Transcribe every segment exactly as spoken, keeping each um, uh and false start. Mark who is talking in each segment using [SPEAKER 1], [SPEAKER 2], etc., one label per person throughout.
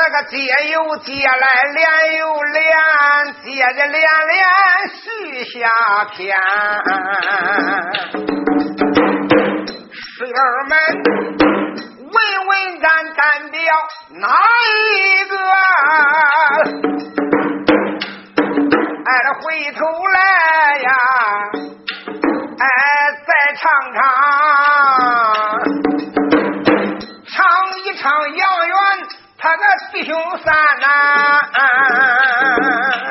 [SPEAKER 1] 那个接又接来连又连，接着连连续下篇。水儿们问问咱单表哪一个？哎，这回头来呀，哎，再唱唱，唱一唱杨元他的弟兄三呐、啊。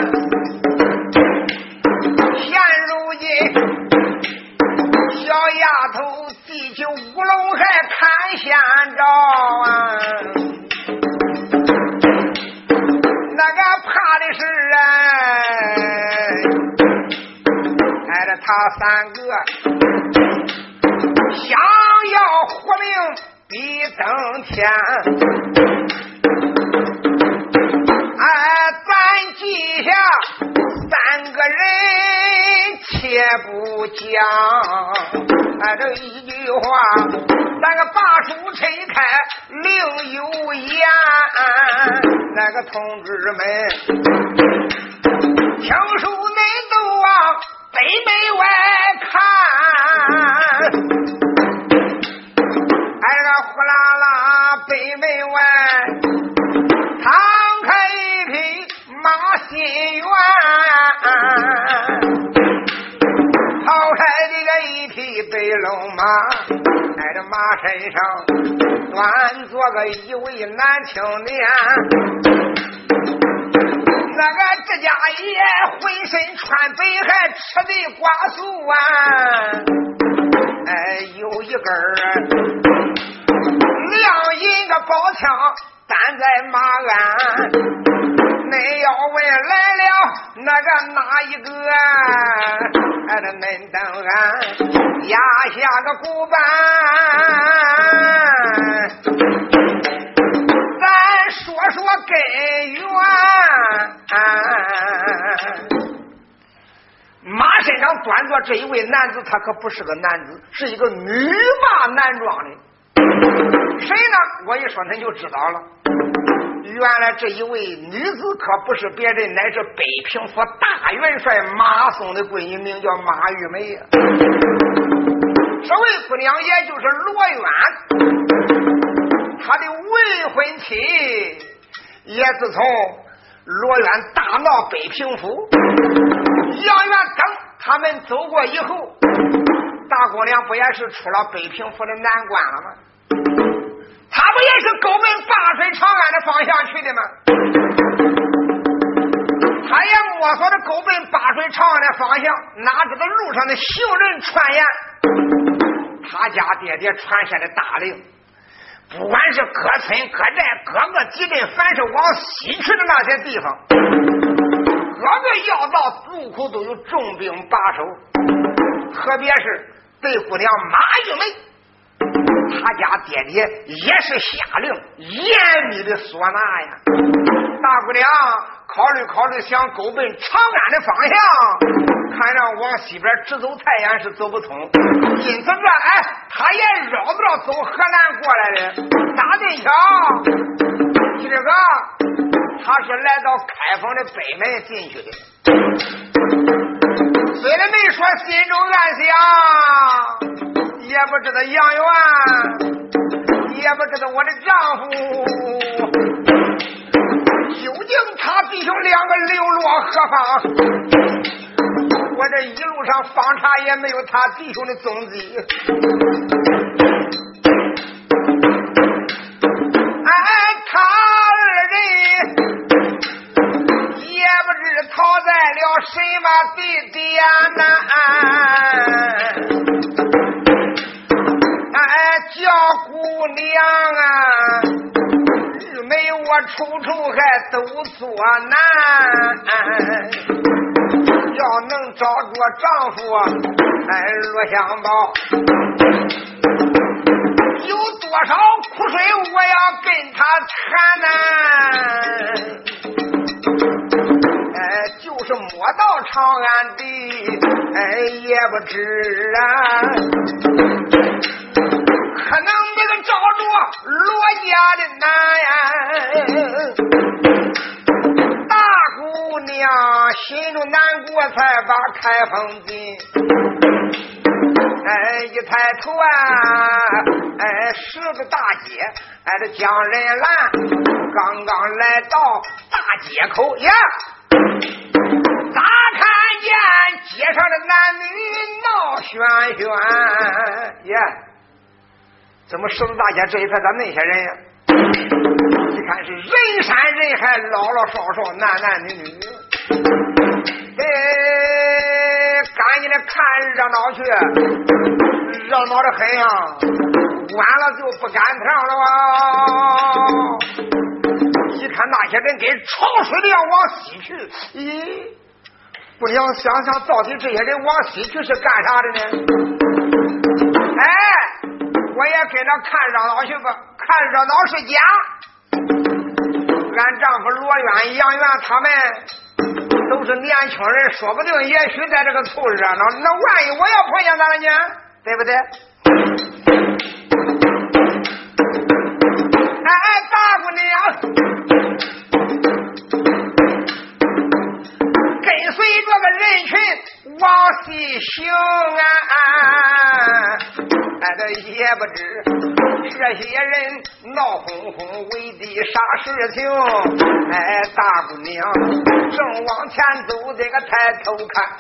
[SPEAKER 1] 现如今小丫头地球乌龙还看现着啊，那个怕的是哎，这他三个想要活命比登天。哎，咱记下三个人且不讲，哎，这一句话那个把书拆开另有言。那个同志们听书恁都往北门外看，哎，这个呼啦啦北门外敞开一匹马心园，抛开这个一匹白龙马，哎，这马身上端坐个一位男青年，那个这家爷浑身穿白，还吃的瓜素啊，哎，有一根亮银的宝枪担在马鞍。恁要问来了那个哪一个？哎，这恁等俺压下个骨板，咱说说根源。马身上端坐这一位男子，他可不是个男子，是一个女扮男装的。谁呢？我一说恁就知道了。原来这一位女子可不是别人，乃是北平府大元帅马松的闺女，名叫马玉梅。这位姑娘也就是罗渊，她的未婚妻也自从罗渊大闹北平府，杨元等他们走过以后，大姑娘不也是出了北平府的难关了吗？他不也是狗奔灞水长安的方向去的吗？他也摸索着狗奔灞水长安的方向，哪知道路上的行人传言，他家爹爹传下的大令，不管是各村各寨各个集镇，凡是往西去的那些地方，各个要道入口都有重兵把守，特别是对姑娘马玉梅，他家爹爹也是下令严密的索拿呀。大姑娘考虑考虑，想狗奔长安的方向，看上往西边直走太原是走不通，因此这哎，他也绕不着走河南过来的。咋的巧？这个他是来到开封的北门进去的。虽然没说，心中暗想，也不知道杨元，也不知道我的丈夫究竟他弟兄两个流落何方。我这一路上访查也没有他弟兄的踪迹。哎，他二人也不知逃在了什么地点呐、哎，叫姑娘啊，玉梅我处处还都作难，要能找着丈夫哎，罗香宝，有多少苦水我要跟他谈呐、哎，就是摸到长安的哎也不知啊，可能这个找着罗家的难呀。 开封进。哎，一抬头啊，哎，十个大姐，哎，这江人兰刚刚来到大街口呀，咋看见街上的男女闹喧喧呀？怎么十个大姐这一排咋那些人呀？一看是人山人海，老老少少，男男女女。哎，赶紧的看热闹去，热闹的很呀，晚了就不赶趟了啊！一看那些人跟潮水一样往西去，咦，不娘想想到底这些人往西去是干啥的呢？哎，我也跟着看热闹去吧，看热闹是假。俺丈夫罗远、杨元他们都是年轻人，说不定也许在这个凑热闹，那万一我要碰见他了呢？对不对？哎哎，大姑娘，跟随这个人群往西行啊！哎，这也不知这些人闹哄哄为的啥事情？哎，大姑娘正往前走，这个抬头看，哎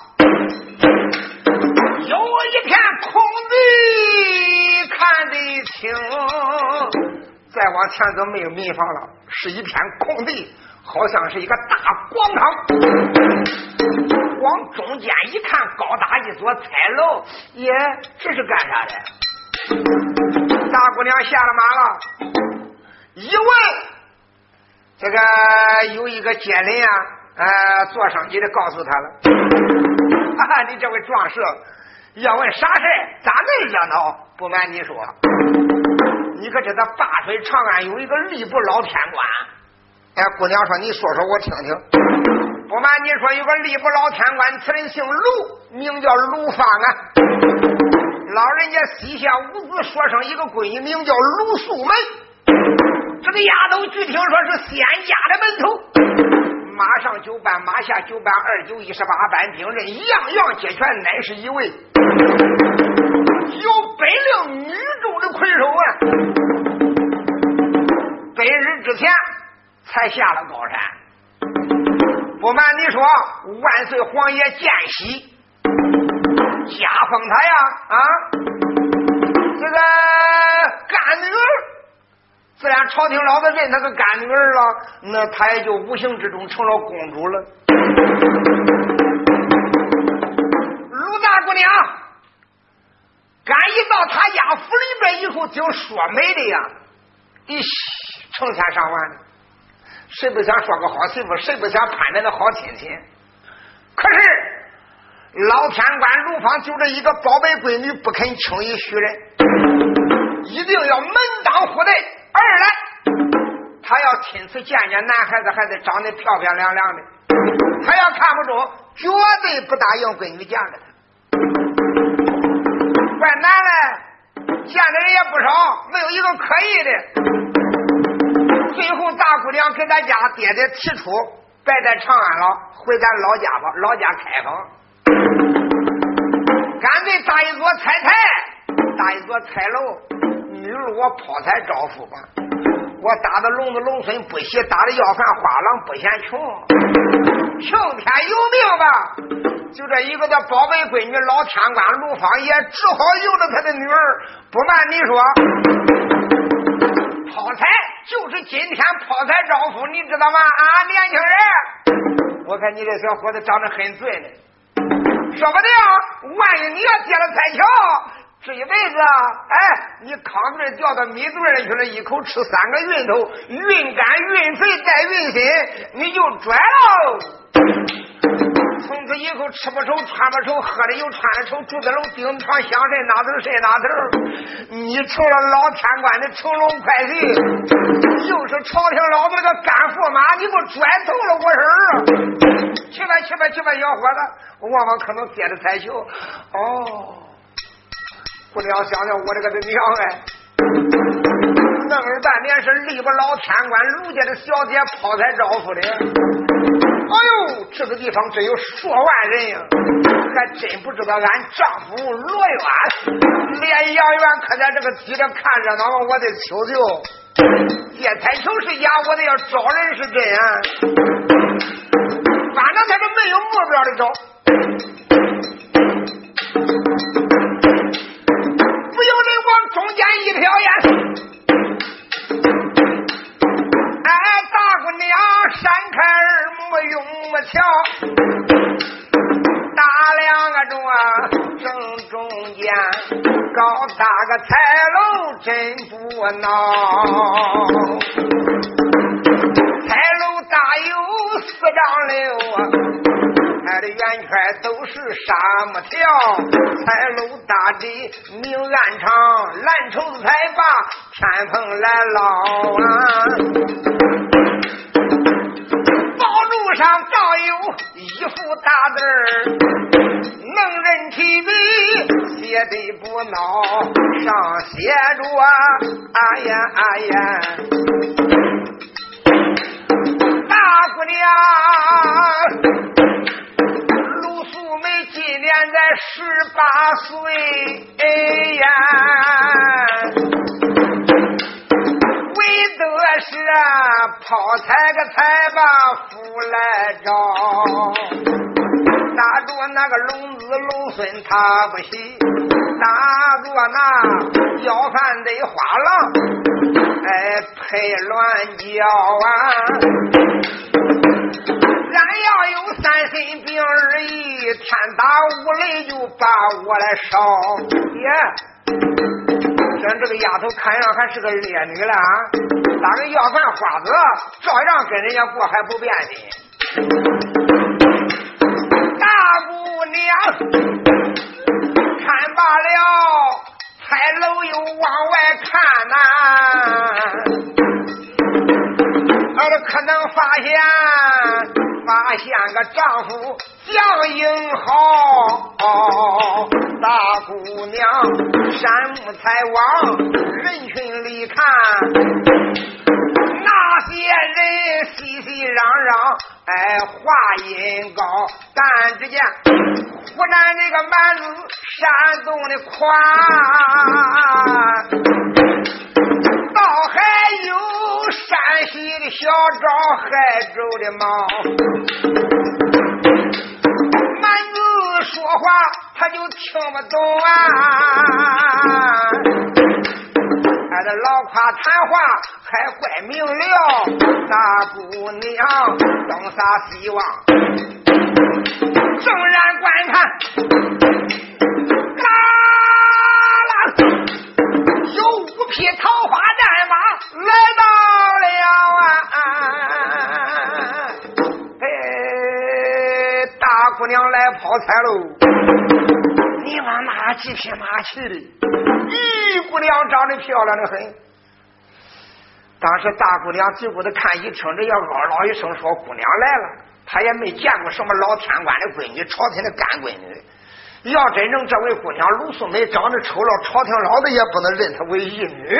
[SPEAKER 1] 呦，有一片空地看得清。再往前走没有民房了，是一片空地，好像是一个大广场。往中间一看，高大一座彩楼，耶，这是干啥的？大姑娘下了马了，一问，这个有一个街人啊，呃，坐上去的告诉他了，哈哈，你这位壮士，要问啥事咋那热闹？不瞒你说，你可知道灞水长安有一个吏部老天官？哎，姑娘说，你说说我听听。不瞒你说，有个吏部老天官，此人姓卢，名叫卢芳啊。老人家膝下无子，说生一个闺女，名叫卢素梅。这个丫头据听说是仙家的门头，马上九班，马下九班，二九一十八般兵刃，样样皆全，乃是一位有本领女中的魁首啊。本日之前才下了高山。不瞒你说，万岁皇爷见喜，加封他呀啊，这个干女儿，自然朝廷老子认他个干女儿了，那他也就无形之中成了公主了。卢大姑娘赶一到他家府里边以后，就说媒的呀，咦，成千上万的。谁不想说个好媳妇，谁不想攀着个好亲戚？可是老天官卢芳就这一个宝贝闺女，不肯轻易许人，一定要门当户对。二来他要亲自见见男孩子，还得长得漂漂亮亮的，他要看不中，绝对不答应闺女见着他。怪难嘞，见的人也不少，没有一个可以的。最后大姑娘给咱家爹爹提出别在长安了，回咱老家吧，老家开封，干脆搭一座彩台，搭一座彩楼，女儿我抛财招富吧，我打的龙子龙孙不喜，打的要饭花郎不嫌穷，晴天有命吧。就这一个的宝贝闺女老天官卢芳也只好由着他的女儿。不瞒你说，抛财就是今天抛财招富，你知道吗？啊，年轻人，我看你这小伙子长得很醉呢，说不定万一你要接了彩桥，这一辈子啊，哎，你糠子掉到米堆里去了，一口吃三个运头，运肝运肺带运心，你就拽喽。从此以后吃不愁穿不愁，喝的油穿的愁，住的楼顶床想睡哪头睡哪头，你成了老天官的乘龙快婿，又是朝廷老子那个干驸马，你不拽透了我身啊！去吧去吧去吧，小伙子，往往可能接着彩球哦。不料想想我这个的娘哎，弄了半年是吏部老天官卢家的小姐抛财招富的。 哎呦，这个地方真有数万人呀，还真不知道俺丈夫罗远连杨元可在这个地上看热闹，我得求求叶彩琼是假，我得要找人是真啊，反正他是没有目标的找，不由得往中间一瞟眼，哎，大姑娘闪开耳目用目瞧，大两个中啊正中间高大个彩楼真不孬，彩楼大有四丈六啊，它的圆圈都是沙木条，彩楼大地明暗场，蓝绸子彩把天蓬来捞啊，宝柱上照有一幅大字儿，能人提笔写的不孬，上写着啊哎呀哎呀，大姑娘陆素梅今年在十八岁，哎呀，为的是啊泡彩个彩把夫来找，打着那个龙子龙孙他不喜，打着那要饭的花郎哎配乱叫啊，咱要有三心病而已，天打五雷就把我来烧耶！咱这个丫头看上还是个烈女了啊，打个要饭花子照样跟人家过还不变的。大姑娘看罢了，彩楼又往外看呐、啊，我可能发现发现个丈夫将英好，哦，大姑娘山木才往人群里看，那些人熙熙攘攘，哎，话音高，但只见忽然这个满子山东的宽，倒还有山西的小赵海州的猫，满子说话他就听不懂啊，他的老夸谈话还怪明了，大姑娘东撒西望，纵然观看啦啦，有五匹桃花战马来到了啊！哎，大姑娘来跑彩喽，你往哪几匹马去的？咦，姑娘长得漂亮的很。当时大姑娘最顾的看一听着要嗷嗷一声说姑娘来了，她也没见过什么老天官的闺女，朝廷的干闺女。要真正这位姑娘卢素梅长得丑陋，朝廷老的也不能认她为义女。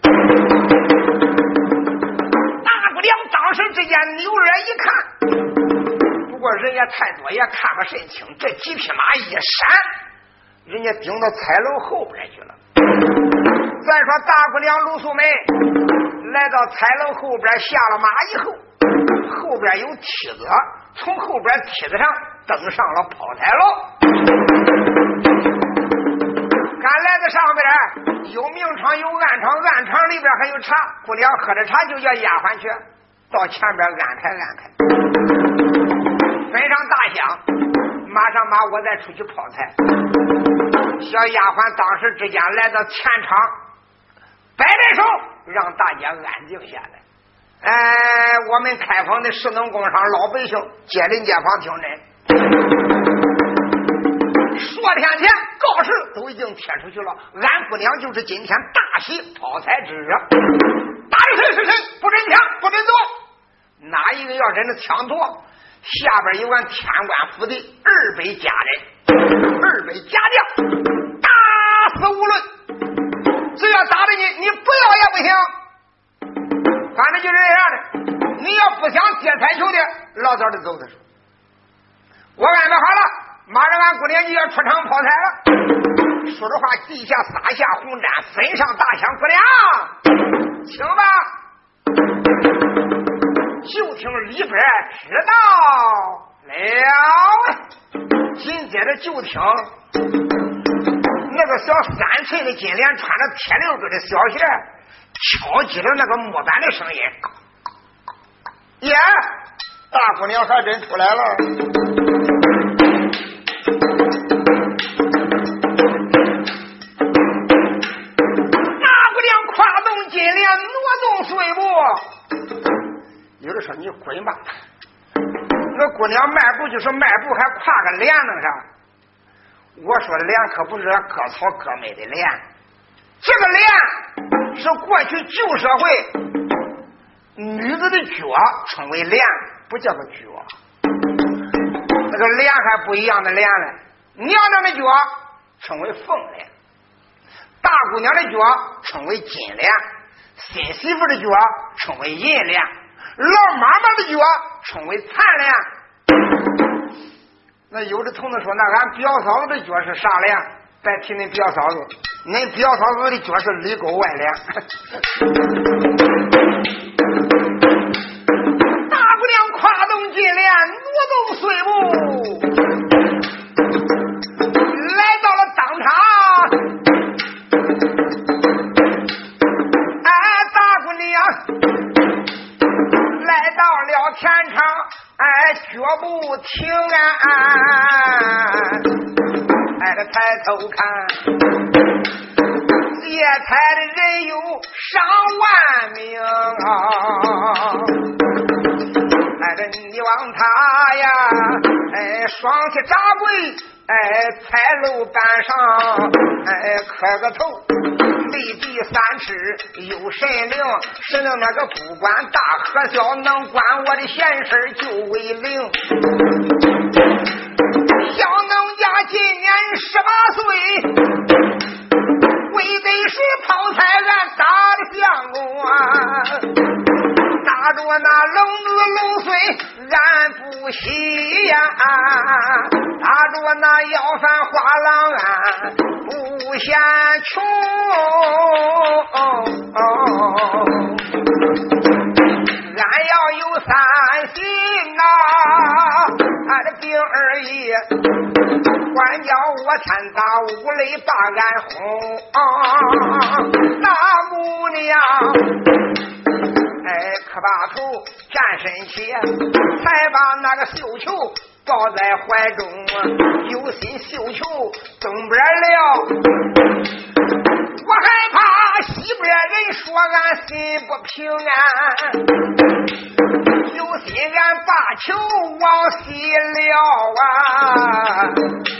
[SPEAKER 1] 大姑娘当时之间扭耳一看，不过人也太多也看不甚清，这几匹马一闪，人家顶到彩楼后边去了。再说大姑娘卢素梅来到彩楼后边，下了马以后，后边有梯子，从后边梯子上登上了炮台楼。赶来的上边有明场有暗场，暗场里边还有茶，姑娘喝着茶就叫丫鬟去到前边安排安排，分上大香，马上马我再出去泡菜。小丫鬟当时之间来到前场，摆摆手让大家安静下来。哎，我们开封的士农工商老百姓街邻街坊听真，说天前告示都已经贴出去了，俺姑娘就是今天大喜抛彩之日，打的谁是谁，不准抢不准夺，哪一个要真的抢夺，下边有俺天官府的二百家人，二百家将，打死无论，只要打的你，你不要也不行，反正就这样的。 你要不想接彩球的，老早的走的时候，我安排好了，马上俺姑娘就要出场跑彩了。说着话，地下撒下红毡，分上大香，姑娘，请吧。就听里边知道了，紧接着就听那个小三寸的金莲穿着铁溜根的小鞋敲击了那个木板的声音。耶，大姑娘还真出来了。大姑娘跨动金莲，挪动碎步。有的说你滚吧，那姑娘迈步就是迈步，还跨个帘子上。我说的帘可不是割草割麦的帘，这个帘是过去旧社会女子的脚称为帘，不叫个脚。那个帘还不一样的帘呢，娘娘的脚称为凤帘，大姑娘的脚称为金帘，新媳妇的脚称为银帘，老妈妈的脚称为残帘。那有的同志说，那俺表嫂子的脚是啥帘？再提恁表嫂子，恁表嫂子的脚是里沟外帘。大姑娘跨动金莲，挪动碎步，来到了当场。哎，大姑娘来到了前场，哎，脚步停啊，哎，这抬头看，接彩的人有上万名啊！哎，这你望他呀，哎，双膝扎跪，哎，彩楼板上，哎，磕个头。立地三尺有神灵，神灵那个不管大和小，能管我的闲事就为灵。小能家今年十八岁，为的是泡菜俺打的相公啊，打着那冷子冷水俺不喜呀，打着那要饭花郎俺不嫌穷。俺要有三心呐，俺的病而已，管教我天打五雷把俺轰。大姑娘哎，可把头站身起，才把那个绣球抱在怀中，有心绣球东边了。我害怕西边人说俺心不平安，有心俺把球往西了啊，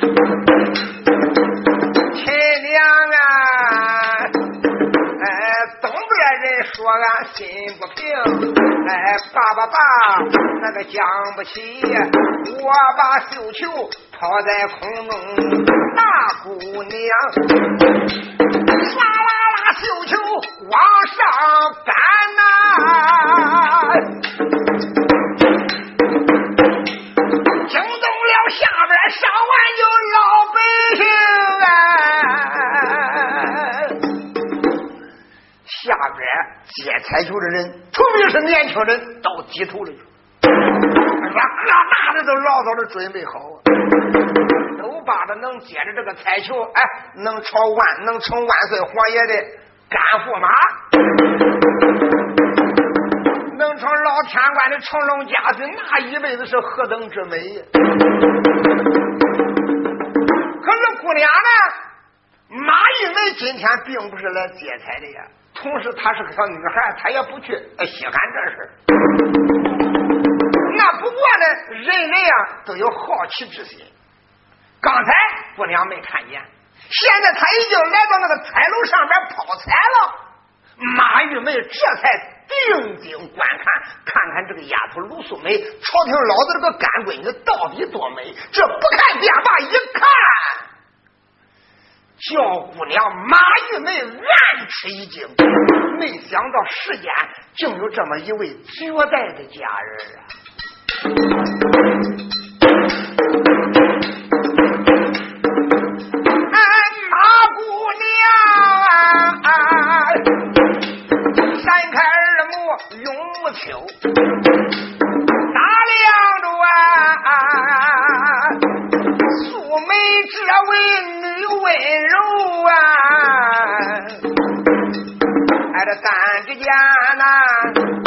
[SPEAKER 1] 亲娘啊，哎，东边人说俺心不平，哎，爸爸爸那个讲不起，我把绣球抛在空中，大姑娘啦啦啦，绣球往上赶呐，惊动了下边上万有老百姓啊！下边接彩球的人，特别是年轻人，都低头了，把各大的都老早的准备好啊。都把他能接着这个彩球，哎，能朝万能成万岁皇爷的干驸马，能成老天官的成龙家军，那一辈子是何等之美呀！可是姑娘呢，马玉梅今天并不是来接彩的呀，同时她是个小女孩，她也不去稀罕这事。那不过呢，人人呀都有好奇之心。刚才姑娘没看见，现在她已经来到那个彩楼上边抛彩了。马玉梅这才定睛观看，看看这个丫头卢素梅，朝廷老子这个干闺女到底多美。这不看便罢，一看叫姑娘马玉梅暗吃一惊，没想到世间竟有这么一位绝代的佳人啊！俺马姑娘啊，闪开耳目永不休，打量着啊，素梅这位女温柔啊，哎这三只间呐，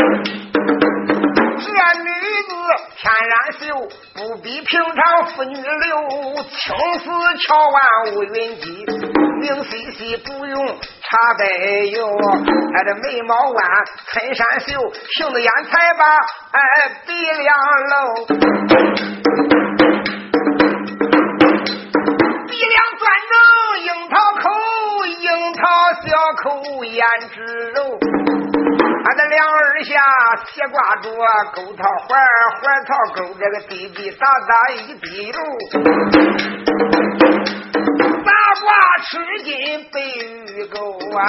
[SPEAKER 1] 这女子天然秀，不比平常妇女流，青丝翘腕无云髻，明细细不用茶杯油，哎这眉毛弯衬衫袖，杏子眼才把哎鼻梁露，鼻梁端正樱桃口，樱桃小口胭脂肉，俺的两耳下斜挂着钩桃环，环桃钩这个滴滴答答一滴溜，八卦吃尽被鱼钩啊，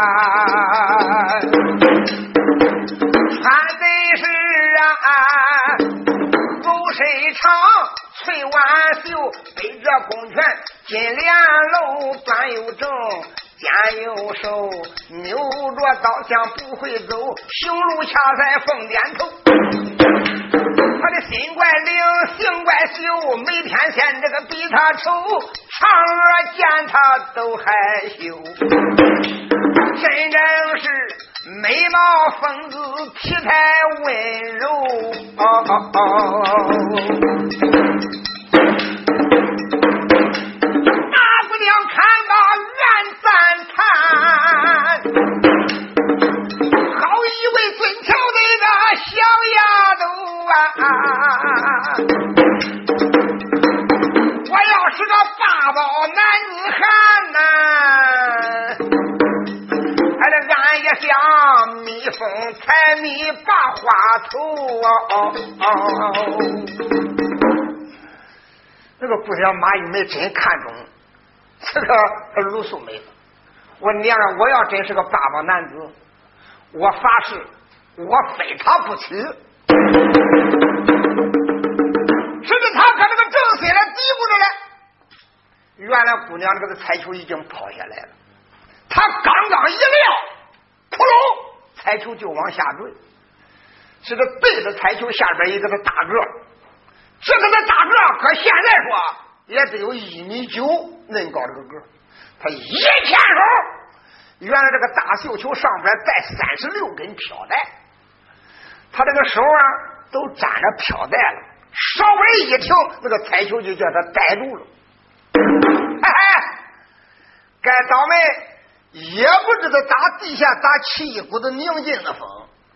[SPEAKER 1] 穿的是啊狗身长翠挽袖，背着弓拳金莲楼，端又正肩又瘦，扭着刀枪不会走，行路恰在凤点头，他的心怪灵性怪秀，每天见这个比他丑，嫦娥见他都害羞，真正是眉毛凤子体态温柔，哦哦哦，大姑娘看到暗赞叹，好一位俊俏的一个小丫头啊，我要是个八宝男子汉呐，还得俺也像蜜蜂采蜜把花头啊，哦哦，这个姑娘马玉梅真看中这个卢素梅了。我娘啊，我要真是个八宝男子，我发誓我非他不娶，甚至他可那个正心来嘀咕着来。原来姑娘这个彩球已经抛下来了，他刚刚一撂，扑隆，彩球就往下坠，是个对着彩球下边一个的大个，这个的大个可现在说也得有一米九那高这个个，他一牵手，原来这个大绣球上边带三十六根飘带，他这个手啊都沾着飘带了，稍微一停，那个彩球就叫他逮住了。嘿嘿，该倒霉也不知道打地下打起一股子宁静的风，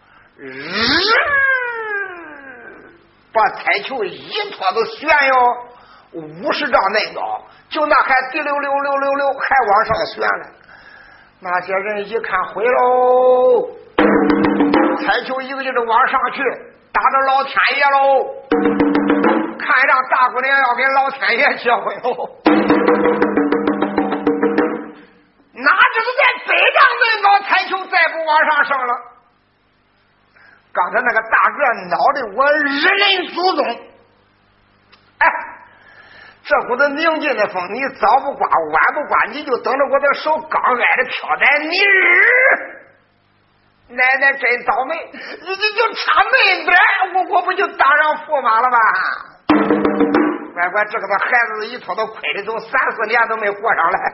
[SPEAKER 1] 把彩球一拖到悬哟五十丈那高，就那还滴溜溜溜溜溜还往上悬了。那些人一看毁喽，彩球一个劲的往上去，打到老天爷喽，看让大姑娘要跟老天爷结婚喽。哪知道在北丈那高，彩球再不往上升了。刚才那个大个脑袋我日人祖宗，哎，这股子宁静的风，你早不刮晚不刮，你就等着我的手刚挨着飘带，你日奶奶真倒霉，你你就差那点，我我不就当上驸马了吗？乖乖，这个把孩子一拖到亏里头，三四年都没活上来。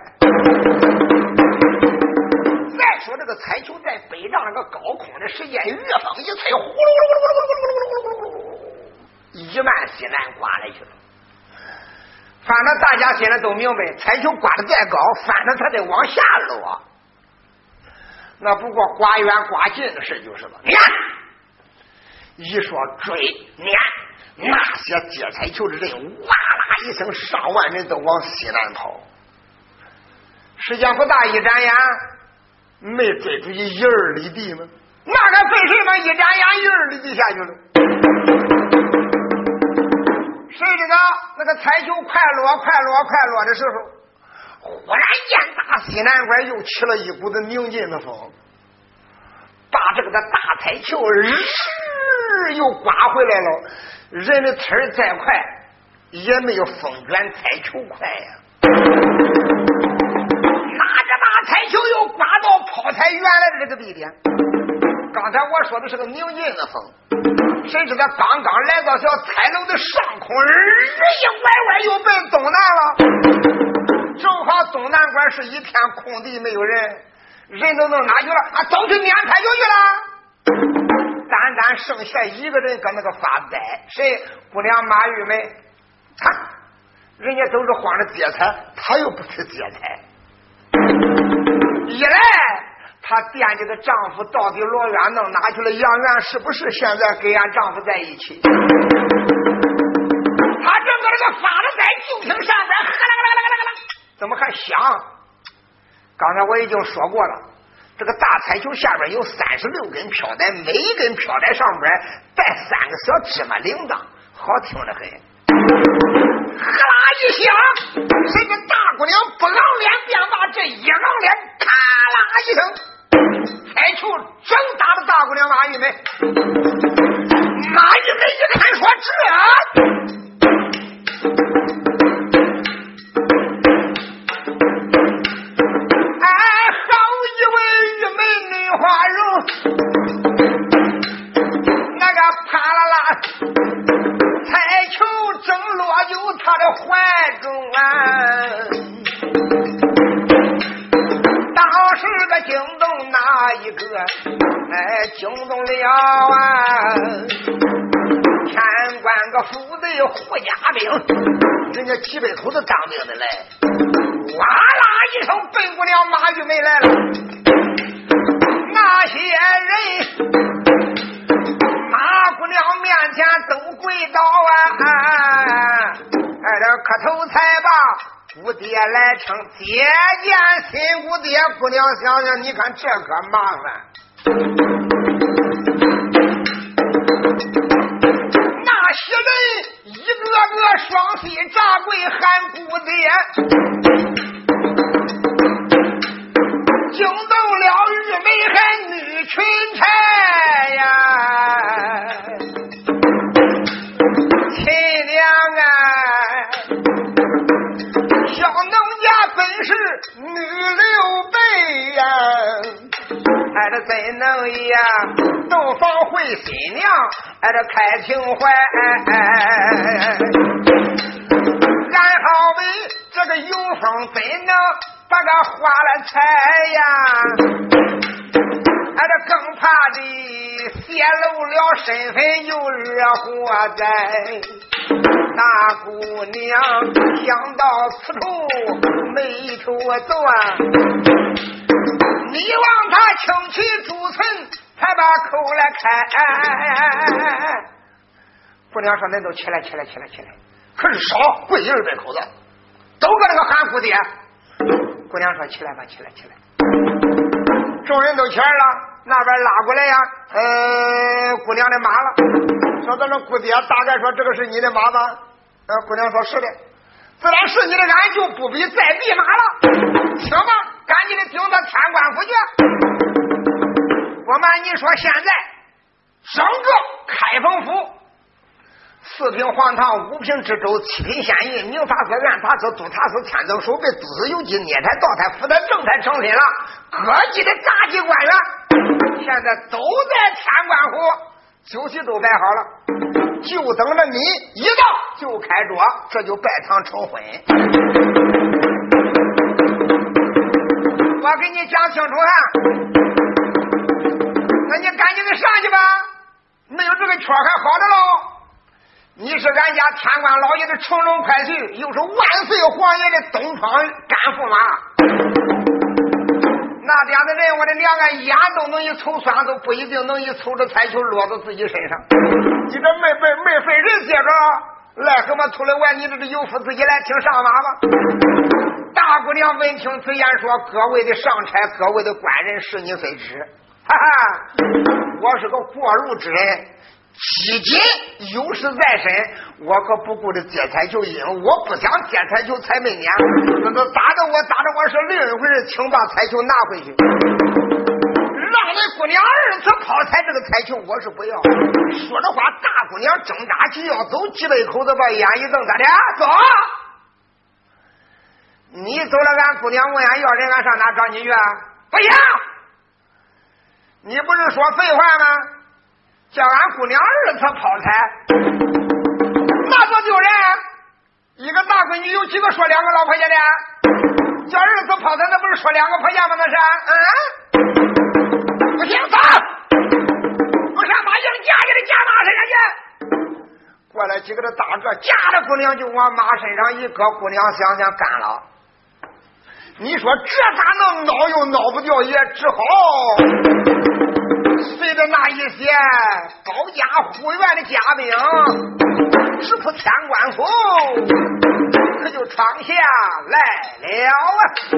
[SPEAKER 1] 再说这个彩球在北丈那个高空的时间，越风一吹，呼噜噜噜噜噜噜噜噜噜噜噜，一万西南刮来去了。反正大家现在都明白，彩球刮得再高，反正它得往下落。那不过刮远刮近的事就是了。你看，一说追撵，那些接彩球的人哇啦一声，上万人都往西南跑。时间不大，一眨眼没追出去一二里地吗？那个费什么一眨眼一二里地下去了？谁知道那个彩球快落快落快落的时候， 忽然间大西南关又起了一股子宁静的风，把这个的大彩球日又刮回来了。人的腿再快也没有风卷彩球快呀。拿着大彩球又刮到炮台原来的这个地点。刚才我说的是个宁静的风，谁知道刚刚来到小彩楼的上空，日一拐弯又奔东南了。正好东南关是一片空地，没有人，人都能哪去了？啊，都去撵彩球去了。单单剩下一个人搁那个发呆，谁？姑娘马玉梅。看，人家都是慌着接彩，他又不去接彩。一来，她惦记的丈夫到底罗远弄哪去了？杨元是不是现在跟俺丈夫在一起？她整个这个发着呆，就听上边呵啦啦啦啦啦啦，怎么还响？刚才我已经说过了，这个大彩球下边有三十六根飘带，每一根飘带上边带三个小芝麻铃铛，好听得很。呵啦一响，这个大姑娘不昂脸便把这一昂脸，咔啦一声，彩球正打着大姑娘马玉梅。马玉梅一看说这怀中啊，当时个惊动哪一个？哎，惊动了啊！天官个府贼胡家兵，人家几百口子当兵的来，哇啦一声，奔姑娘马玉梅来了。那些人，马姑娘面前都跪倒啊！哎，这磕头才把姑爹来称，接见新姑爹。姑娘想想，你看这可麻烦。那些人一个个双膝扎跪喊姑爹，惊动了玉梅还女群差呀。亲娘啊，小农家本是女刘备呀，哎这怎能呀洞房会新娘，哎这开情怀，然后为这个有风怎能把个花来采呀，哎这更怕的泄露了身份又惹祸灾。大姑娘想到此处眉头断，你望她轻启朱唇才把口来开。姑娘说恁都起来起来起来起来，可是少跪二百口子都搁那个喊姑爹。姑娘说起来吧起来起来，众人都起来了，那边拉过来呀，呃，姑娘的马了。说咱这姑爹大概说这个是你的马吧？呃，姑娘说是的。自然是你的，俺就不必再逼马了。行吧，赶紧的顶到天官府去。我瞒你说，现在整个开封府四品皇堂，五品知州，七品县尉，民法司、院法司、督察司、参政守备、都司邮记、聂台、道台、府台、正台成身了。各级的杂级官员现在都在天官府，酒席都摆好了，就等着你一到就开桌，这就拜堂成婚。我给你讲清楚哈，那你赶紧的上去吧，没有这个圈还好着喽。你是俺家天官老爷的乘龙快婿，又是万岁皇爷的东窗干驸马，那点的人我的娘啊，眼都能一凑算，都不一定能一凑着彩球落到自己身上。你这没被没费人接着，赖什么出来玩？你这是有福自己来听上马吧。大姑娘闻听此言说：“各位的上差，各位的官人，是你非知，哈哈，我是个过路之人。 基金有事在身，我可不顾着接彩球因我不想接彩球才没撵，那都打着我打着我是另一回事，请把彩球拿回去，让那姑娘二次抛彩这个彩球我是不要。说着话，大姑娘挣扎起要走，几百口子把眼一瞪，咋的？走！你走了，俺姑娘问俺要人，俺上哪找你去啊？不行！你不是说废话吗？叫俺姑娘二次抛彩，那多丢人！一个大闺女有几个说两个老婆家的？叫儿子抛彩，那不是说两个婆家吗？那是，嗯，不行，走！不上把硬夹你的夹马身上去！过来几个的大个夹着姑娘就往马身上一搁，姑娘想想干了。你说这咋能挠又挠不掉，也只好随着那一些保家护院的家兵直扑天官府，可就闯下来了啊！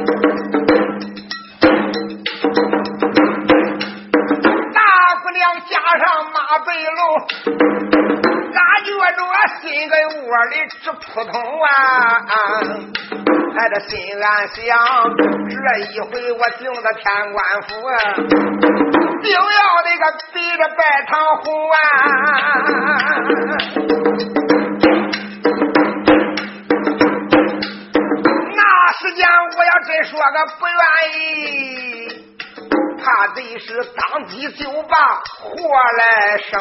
[SPEAKER 1] 大姑娘加上马背篓，咋觉着心跟窝里直扑通啊！还得心安想，这一回我进到天官府啊，定要那个逼着拜堂红啊！那时间我要真说个不愿意，怕得是当机就把祸来生，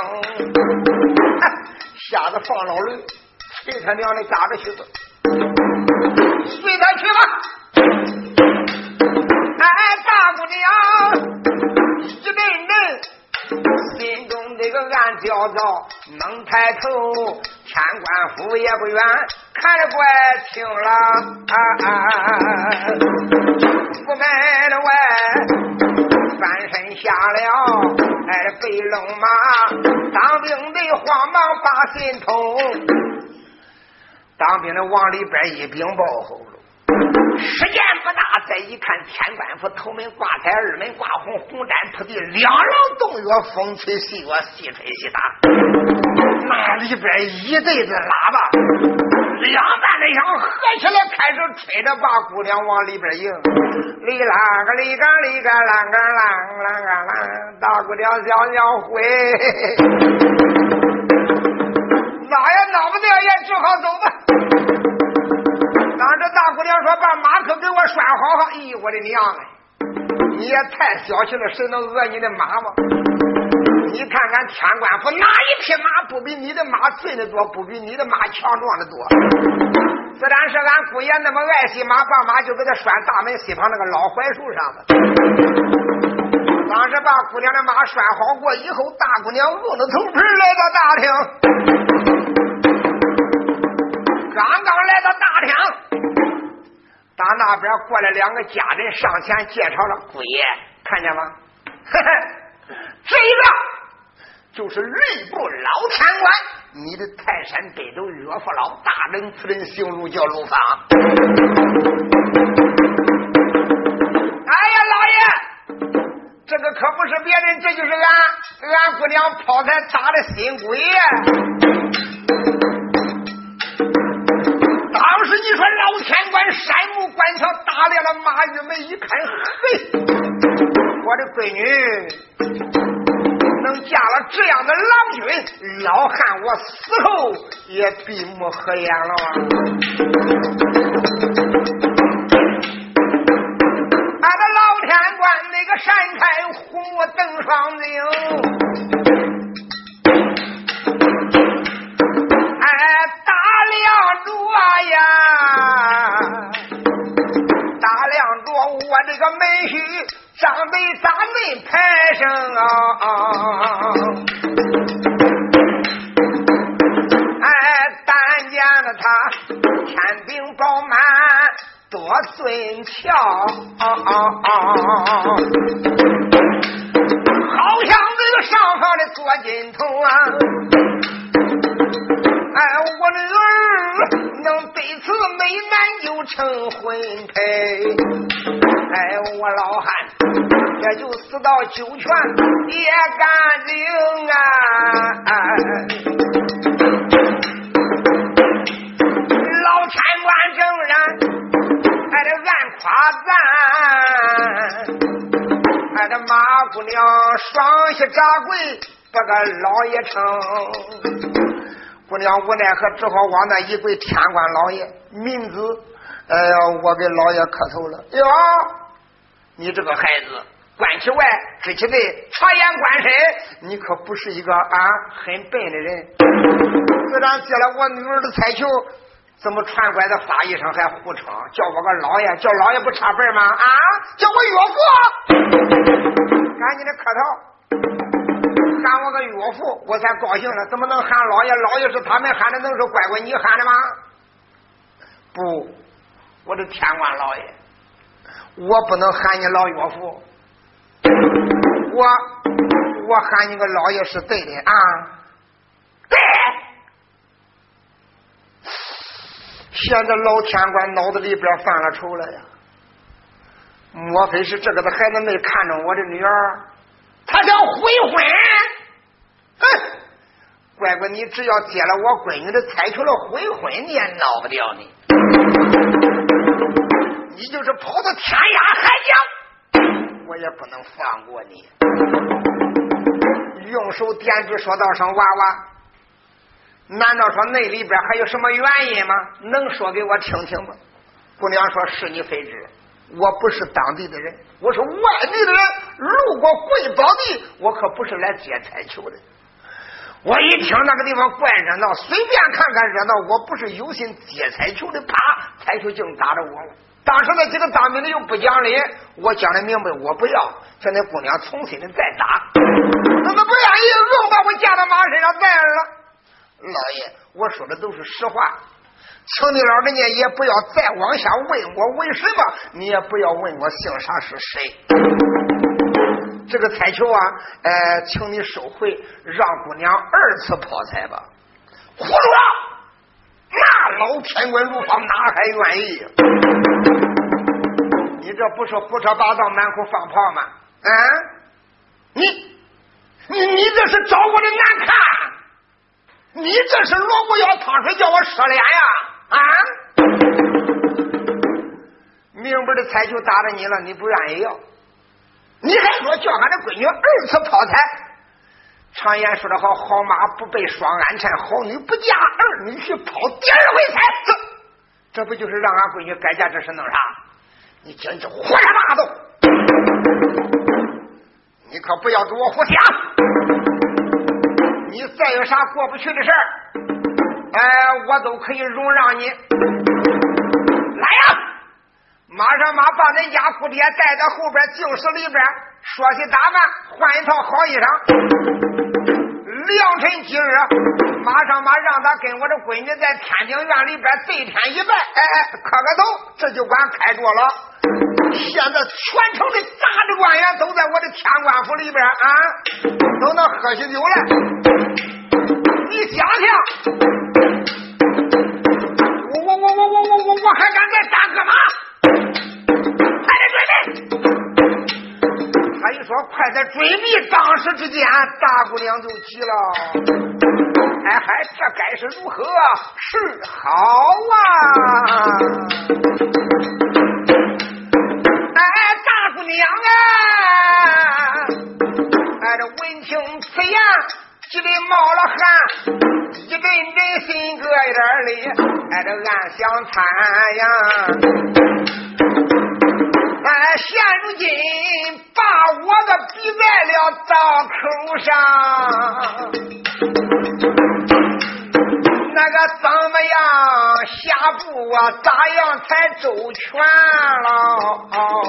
[SPEAKER 1] 吓得放老人，随他娘的咋着去吧，随他去吧。哎，大姑娘一阵阵心中这个暗焦躁，能抬头天官府也不远，看着怪清了啊啊！府门的外翻身下了，哎，背龙马当兵的慌忙把心痛，当兵的往里边一禀报后了。时间不大，再一看天官府头门挂彩，二门挂红，红毡铺地，两廊洞月，风吹细月，细吹细打，那里边一对子喇叭，两半的响合起来，开始吹着把姑娘往里边迎，里啷个里个里个啷个啷啷个啷，大姑娘小小回，哪也闹不掉，也只好走吧。当这大姑娘说把马可给我拴好好，咦，我的娘哎，你也太小气了，谁能讹你的马吗？你看看天官府哪一匹马不比你的马醉的多，不比你的马强壮的多？自然是俺姑爷那么爱惜马，把马就给他拴大门西旁那个老槐树上的。当时把姑娘的马拴好过以后，大姑娘硬着头皮来到大厅，刚刚来到大厅，打那边过来两个家人上前介绍了姑爷，看见吗？呵呵，这一个就是吏部老天官，你的泰山北斗岳父老大人，此人姓陆，叫陆芳。哎呀，老爷，这个可不是别人，这就是俺俺姑娘抛彩打的新鬼呀！当时你说老天官山木观桥打亮了马玉梅，一看，嘿，我的闺女能嫁了这样的郎君，老汉我死后也闭目合眼了啊！俺的老天官那个山开虎目登双睛，哎，大亮着呀，大亮着我这个门婿长得咱们排上啊！哎，但见了他天兵饱满，多顺俏，啊啊啊！好像这个上方的左金头啊！哎，我的儿能对此美男就成婚配，哎，我老汉也就死到九泉也干净啊！哎娘双膝扎跪，把个老爷称。姑娘无奈何，只好往那一跪，天官老爷，民子，哎呀，我给老爷磕头了。哟，你这个孩子，观其外，知其内，察言观身，你可不是一个啊很笨的人。自然接了我女儿的彩球，怎么传拐的法医上还胡称，叫我个老爷，叫老爷不差辈吗？啊，叫我岳父，赶紧的磕头。喊我个岳父，我才高兴了。怎么能喊老爷？老爷是他们喊的，能是乖乖你喊的吗？不，我的天官老爷，我不能喊你老岳父，我我喊你个老爷是对的啊，对。现在老天官脑子里边犯了愁了呀，莫非是这个的孩子没看中我的女儿，他想悔婚？哼，乖乖，你只要接了我闺女的彩球了，悔婚你也闹不掉你。你就是跑到天涯海角，我也不能放过你。用手点指说道声娃娃，难道说那里边还有什么原因吗？能说给我听听吗？姑娘说，是你非知，我不是当地的人，我是外地的人，路过贵宝地，我可不是来接彩球的。我一听那个地方怪热闹，随便看看热闹，我不是有心接彩球的，啪，彩球竟打着我了。当时那几个当兵的又不讲理，我讲的明白，我不要，叫那姑娘重新的再打，他们不愿意，硬把我架到马身上带了。老爷，我说的都是实话，请你老人家也不要再往下问我为什么，你也不要问我姓啥是谁。这个彩球啊，呃，请你收回，让姑娘二次抛彩吧。胡说！那老天官如方哪还愿意？你这不是胡说八道，满口放炮吗？啊！你你你这是找我的难看！你这是萝卜要汤水，叫我失脸呀！啊！明白的彩球打着你了，你不愿意要，你还说叫俺的闺女二次抛彩。常言说得好，好马不被双鞍缠，好女不嫁二女婿，抛第二回彩。这这不就是让俺闺女改嫁？这是弄啥？你今就胡说八道！你可不要给我胡想！你再有啥过不去的事儿，哎，我都可以容让你。来呀！马上马把那家姑爹带到后边净室里边，说起打扮，换一套好衣裳。良辰吉日，马上马让他跟我的闺女在天津院里边对天一拜，哎哎，磕个头，这就管开着了。现在全城的杂志官员都在我的天官府里边啊，都能喝喜酒了。你想想，我我我我我我我我还敢再打个马？快点准备！他一说快点准备，当时之间大姑娘就急了。哎嗨，这该是如何是好啊？哎，大姑娘啊！哎，这闻听此言，急得冒了汗，一阵阵心搁一点里，哎，这暗想惨呀。哎，现如今把我的逼在了刀口上，那个怎么样下步啊？咋样才周全了？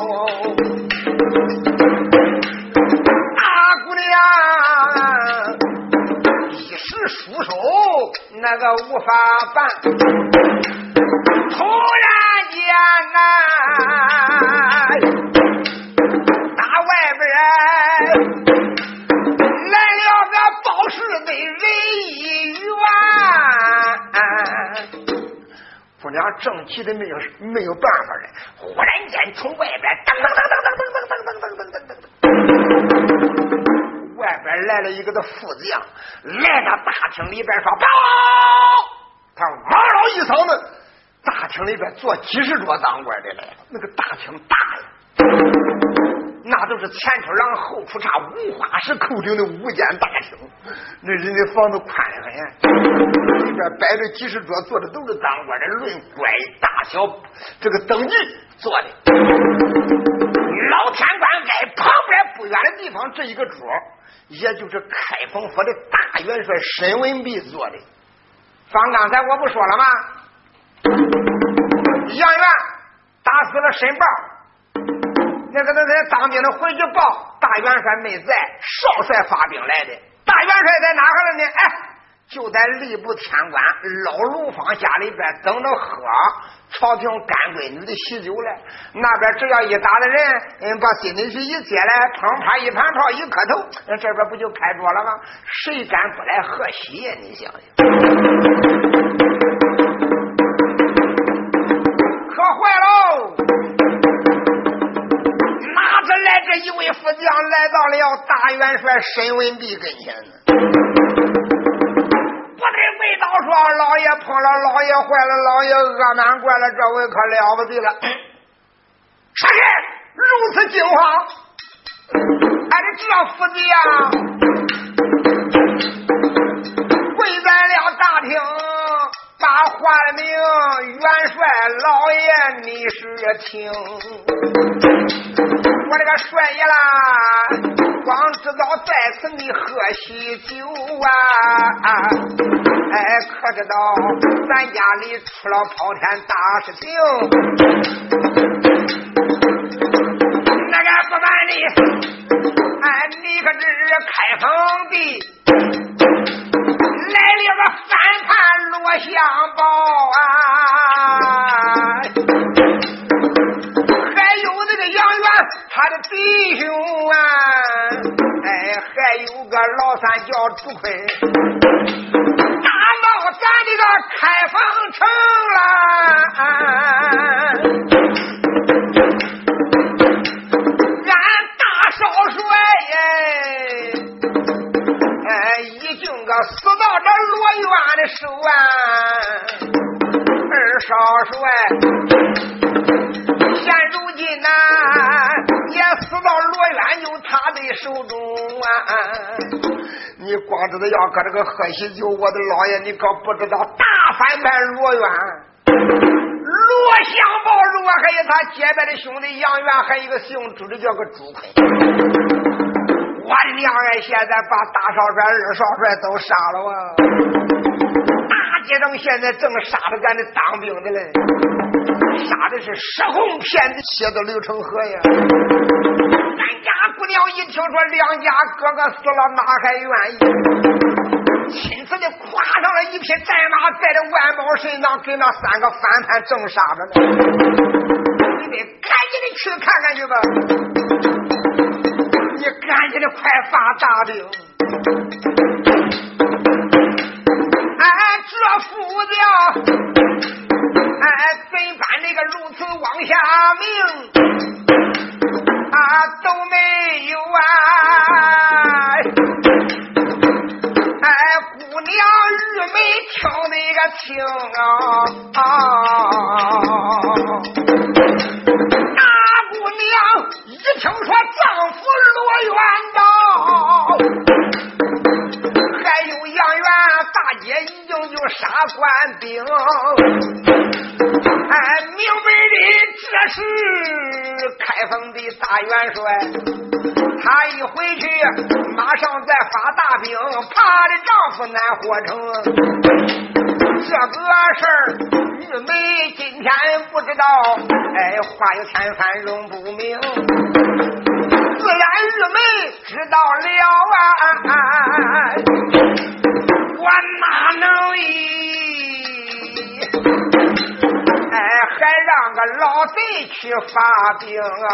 [SPEAKER 1] 大姑娘一时出手，那个无法办。突然间呐，打外边来了个报事的人一员。姑娘正急的没有没有办法了，忽然间从外边噔噔噔噔噔噔噔噔噔噔噔，外边来了一个的副将，来到大厅里边说报，他汪嗷一嗓子，大厅里边坐几十桌当官的来了，那个大厅大呀， 那都是前出狼后出叉，五花石扣顶的五间大厅。那人家房子宽得很呀，里边摆着几十桌，坐的都是当官的，论官大小，这个等级坐的。老天官挨旁边不远的地方，这一个桌，也就是开封府的大元帅沈文弼坐的。方刚才我不说了吗？杨元打死了沈豹，那个那个当兵的回去报，大元帅没在，少帅发兵来的。大元帅在哪哈了呢？哎，就在吏部天官老卢坊家里边等着喝朝廷干闺女的喜酒来。那边只要一打的人，嗯，把心里去一接来，砰啪一盘炮一磕头，这边不就开桌了吗？谁敢不来贺喜呀？你想想。可坏喽！哪知来这一位副将来到了大元帅沈文弼跟前呢？不得味道说，老爷碰了，老爷坏了，老爷恶满怪了，这位可了不得了！啥人如此惊慌？俺的这副将跪在了大厅，把话明元帅老爷你是听。我这个帅爷啦，光知道在此你喝喜酒啊，哎，可知道咱家里出了跑天大事情。那个不瞒你，哎，你可知开封地来了个反叛罗相宝啊，还有那个杨元他的弟兄啊，哎，还有个老三叫朱坤，打到咱这个开封城了。俺大少帅耶，哎，已经个死到这罗元的手啊。二少帅现如今呐、啊，也死到罗元有他的手中啊！你光知道要搁这个喝喜酒，我的老爷，你可不知道大反派罗元、罗相宝，如果还有他结拜的兄弟杨元，还有一个姓朱的叫个朱坤。我的娘哎！现在把大少帅、二少帅都杀了啊！大街上现在正杀着咱的当兵的嘞。杀的是石红片子血都流成河呀！咱家姑娘一听说两家哥哥死了，哪还愿意？亲自的跨上了一匹战马，带着万宝身上，给那三个反叛正杀着呢。你得赶紧的去看看去吧！你赶紧的快发大兵！哎，这副将。哎，怎般那个如此往下命啊都没有啊！哎，姑娘玉梅挑那个情啊！大姑娘一听说丈夫罗元到，还有杨元大姐已经就杀官兵。哎，明白的，这是开封的大元帅，他一回去马上再发大兵，怕的丈夫难活成。这个事儿玉梅今天不知道，哎，话有千番容不明，自然玉梅知道了啊，我哪能哎，还让个老贼去发兵啊！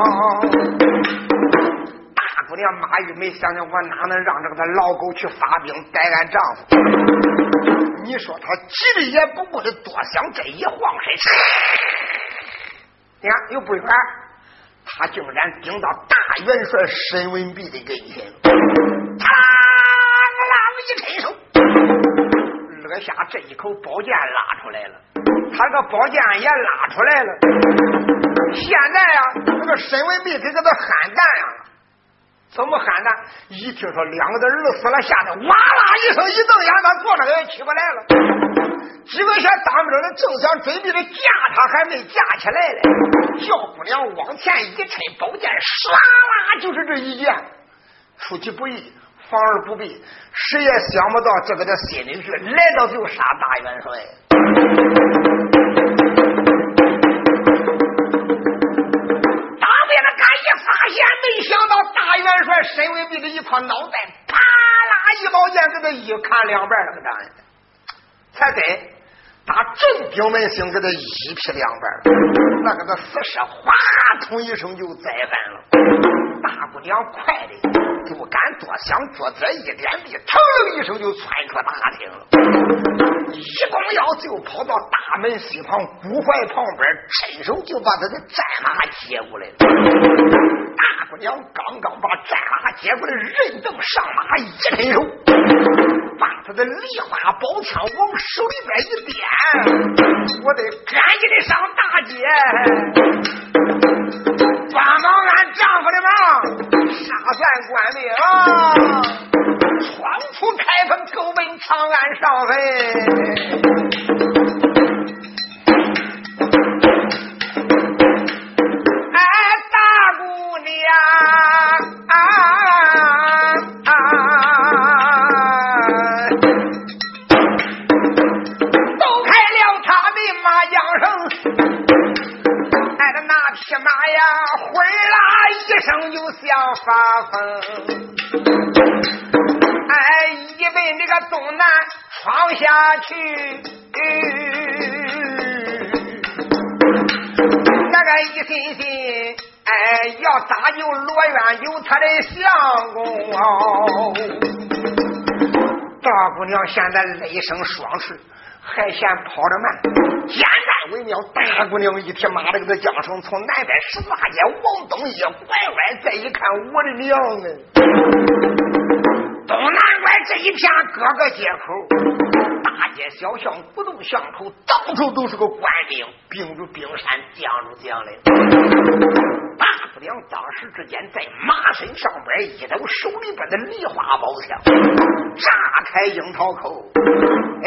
[SPEAKER 1] 大姑娘马玉梅想想，我哪能让这个老狗去发兵逮俺丈夫？你说他急的也不过的多想，这一晃身，你看又不远，他竟然顶到大元帅沈文弼的跟前，嘡啷一伸手，勒下这一口宝剑拉出来了。他这个宝剑也拉出来了。现在啊，这个沈文弼给这个喊蛋呀！怎么喊蛋？一听说两个的儿死了，吓得哇啦一声，一瞪眼，他坐着也起不来了。几个小当兵的正想准备的架他，还没架起来嘞。小姑娘往前一抻宝剑，唰啦就是这一剑。出其不意，防而不备，谁也想不到这个的心里去，来到就杀大元帅。当兵的赶一发现，没想到大元帅身为背着一颗脑袋，啪啦一宝剑给他一砍两半了，个蛋才对。打正兵门星给他一劈两半，那个他死尸哗通一声就栽翻了。大姑娘快的不敢多想，桌子一点地，腾一声就窜出大厅了，一弓腰就跑到大门西旁古槐旁边，伸手就把他的战马接过来了。大姑娘刚刚把战马接过来，人等上马，一伸手把他的梨花宝枪往手里边一点，我得赶紧的上大街，帮忙俺丈夫的忙，杀算官兵啊！闯出开封，狗奔长安上飞。哎，大姑娘啊！骑马呀，呼啦一声就像发疯，哎，一奔这个东南闯下去，嗯、那个一心心，哎，要搭救罗渊有他的相公哦。大姑娘现在雷声双翅，还嫌跑得慢，简单为妙。大姑娘一提马这个缰绳，从南边十八街往东一拐弯，再一看，我的娘啊！东南拐这一片各个街口，大街小巷、胡同巷口，到处都是个官兵，兵如冰山，将如将来。大姑娘当时之间在马身上边一抖手里边的梨花宝枪，炸开樱桃口，哎，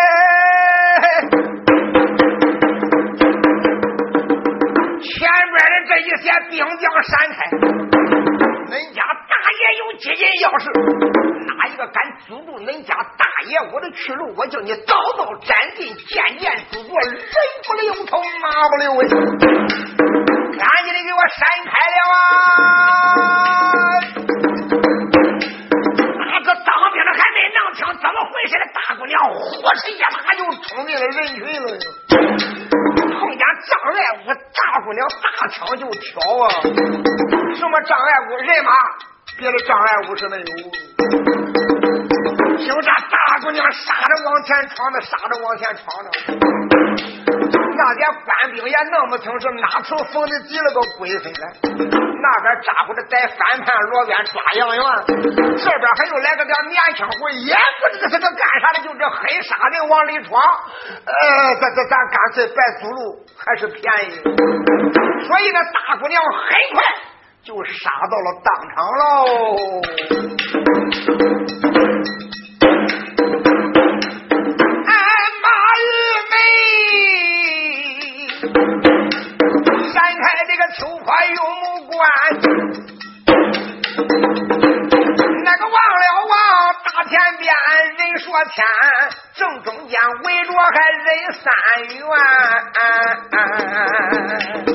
[SPEAKER 1] 前边的这一些兵将闪开，恁家大爷有几斤要事，哪一个敢阻住恁家大爷我的去路，我叫你早早斩尽，渐渐阻住，人不留头马不留尾，赶紧的给我闪开了啊！那个当兵的还没拿枪，怎么回事？大姑娘呼哧一把就冲进了人群了，碰见障碍物，大姑娘大枪就挑啊！什么障碍物？人马，别的障碍物是没有。听这大姑娘杀着往前闯的，杀着往前闯的，那些官兵也弄不清是哪头缝的几了个鬼分来。那边扎过来逮反叛罗渊抓杨元，这边还又来个点年轻伙，也不知道是个干啥的，就这黑沙人往里闯。呃，咱咱咱干脆白走路还是便宜，所以呢，大姑娘很快就杀到了当场喽。秋花用木关，那个忘了忘大田边人说天，正中间围着还人三元，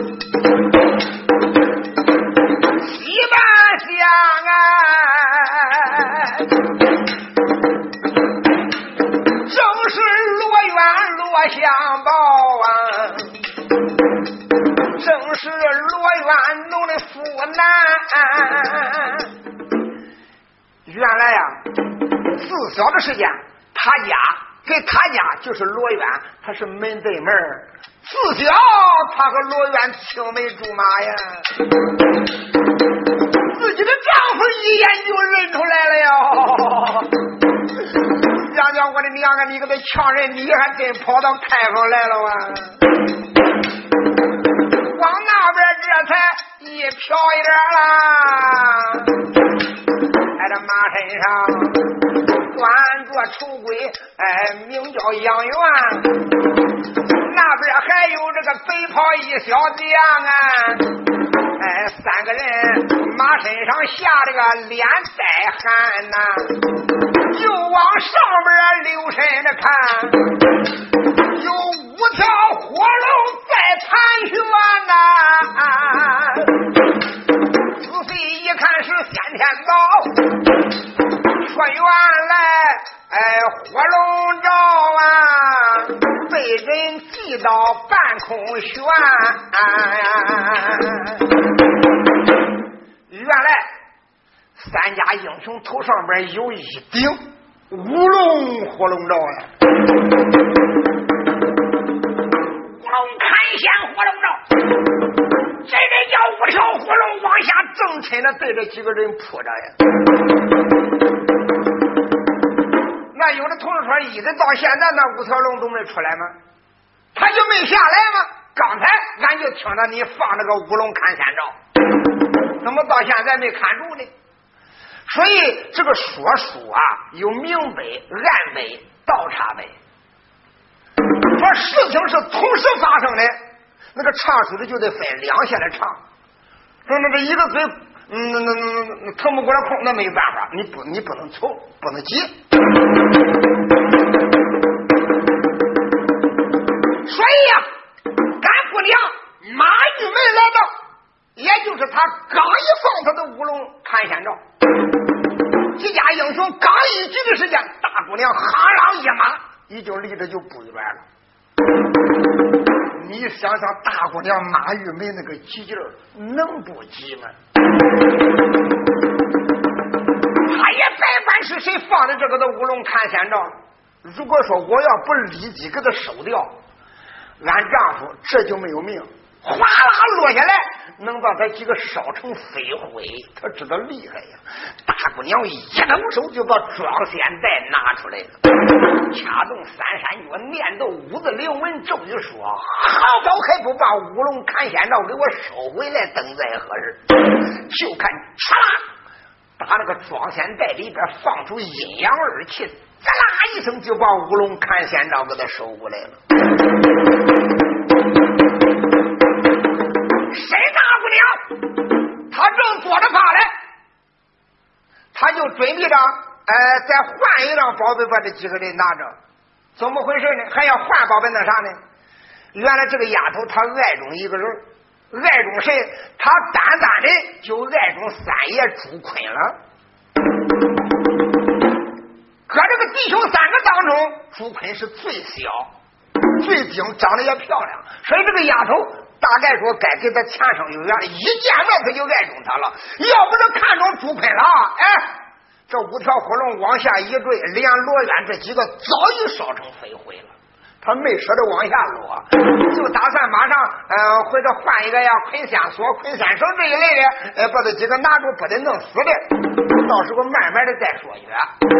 [SPEAKER 1] 西半厢啊，正是罗渊罗相宝啊，正是罗渊农的父男。原来呀、啊，自小的时间，他家给他家就是罗渊，他是门对门。自小他和罗渊青梅竹马呀，自己的丈夫一眼就认出来了哟。娘娘，我的娘啊，你给他强人，你还真跑到开封来了啊！往那边这才一漂一点了，在这马身上端着丑鬼，哎，名叫杨元。那边还有这个白袍一小将啊，哎，三个人马身上下这个脸带汗呐、啊，就往上边留神的看，有五条火龙在盘旋呐、啊，仔细一看是先天宝，说原来哎火龙罩啊被人系到半空悬、啊，原来三家英雄头上边有一顶五龙火龙罩呀，五龙看线火龙罩，这个叫五条火龙往下正亲的对着几个人扑着呀。那有的同志说，一直到现在那五条龙都没出来吗？他就没下来吗？刚才俺就听到你放那个五龙看线照，怎么到现在没看住呢？所以这个说书啊，有明北、暗北、倒插北。说事情是同时发生的，那个唱书的就得分两线的唱。说那个一个嘴，嗯，那那那那腾不过来空，那没办法，你不你不能凑，不能急。所以呀、啊，干姑娘马玉梅来到，也就是他刚一放他的乌龙看线照，几家英雄刚一举的时间，大姑娘行浪一马，已经离着就不远了。你想想，大姑娘马玉梅那个急劲儿，能不急吗？他也别管是谁放的这个的乌龙看线照，如果说我要不立即给他收掉，俺丈夫这就没有命，哗啦落下来，能把他几个烧成飞灰，他知道厉害呀。大姑娘一动手就把装线带拿出来了，掐动三山诀，念到五字灵文咒语，说好早还不把乌龙看线照给我收回来，等在何日？就看嚓啦，打那个装线带里边放出阴阳二气，滋啦一声就把乌龙看线照给他收回来了。谁大姑娘？他正坐着发来，他就准备着，呃，再换一张宝贝把这几个人拿着。怎么回事呢？还要换宝贝那啥呢？原来这个丫头她爱中一个人，爱中谁？她单单的就爱中三爷朱坤了。搁这个弟兄三个当中，朱坤是最小、最精，长得也漂亮，所以这个丫头大概说该给他前生有缘，一见面他就爱中他了。要不是看中朱坤了，哎，这五条火龙往下一坠，连罗渊这几个早已烧成飞灰了。他没舍得往下落，就打算马上呃或者换一个呀，捆线索、捆线绳这一类的，呃把这几个拿住，不得弄死的。到时候慢慢的再说约。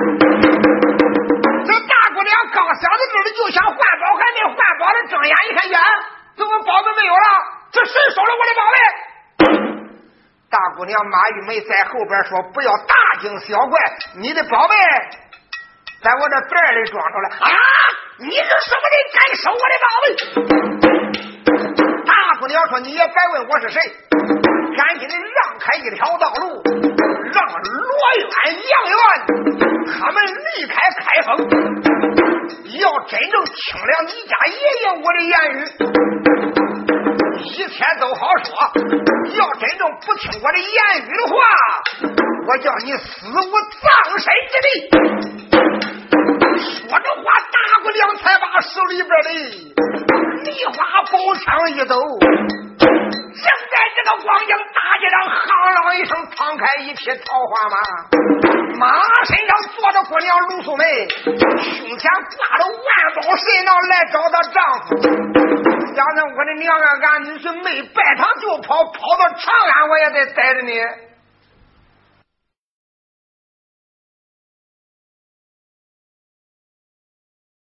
[SPEAKER 1] 这大姑娘刚想到这里，就想换宝，还没换宝的，睁眼一看，呀，怎么宝贝没有了？这谁收了我的宝贝？大姑娘马玉梅在后边说：“不要大惊小怪，你的宝贝在我这袋里装着了啊！你是什么人敢收我的宝贝？”大姑娘说：“你也别问我是谁，赶紧的让开一条道路，让罗渊、杨元他们离开开封，要真正听了你家爷爷我的言语，一切都好说；要真正不听我的言语的话，我叫你死无葬身之地。”说着话，大姑娘才把手里边的梨花宝枪一抖，正在这个光景大街上行啷一声敞开一匹桃花马，马身上坐着姑娘卢素梅，胸前挂着万宝神囊来找她丈夫。想想我的娘啊，俺女婿没拜堂就跑，跑到长安我也得逮着你。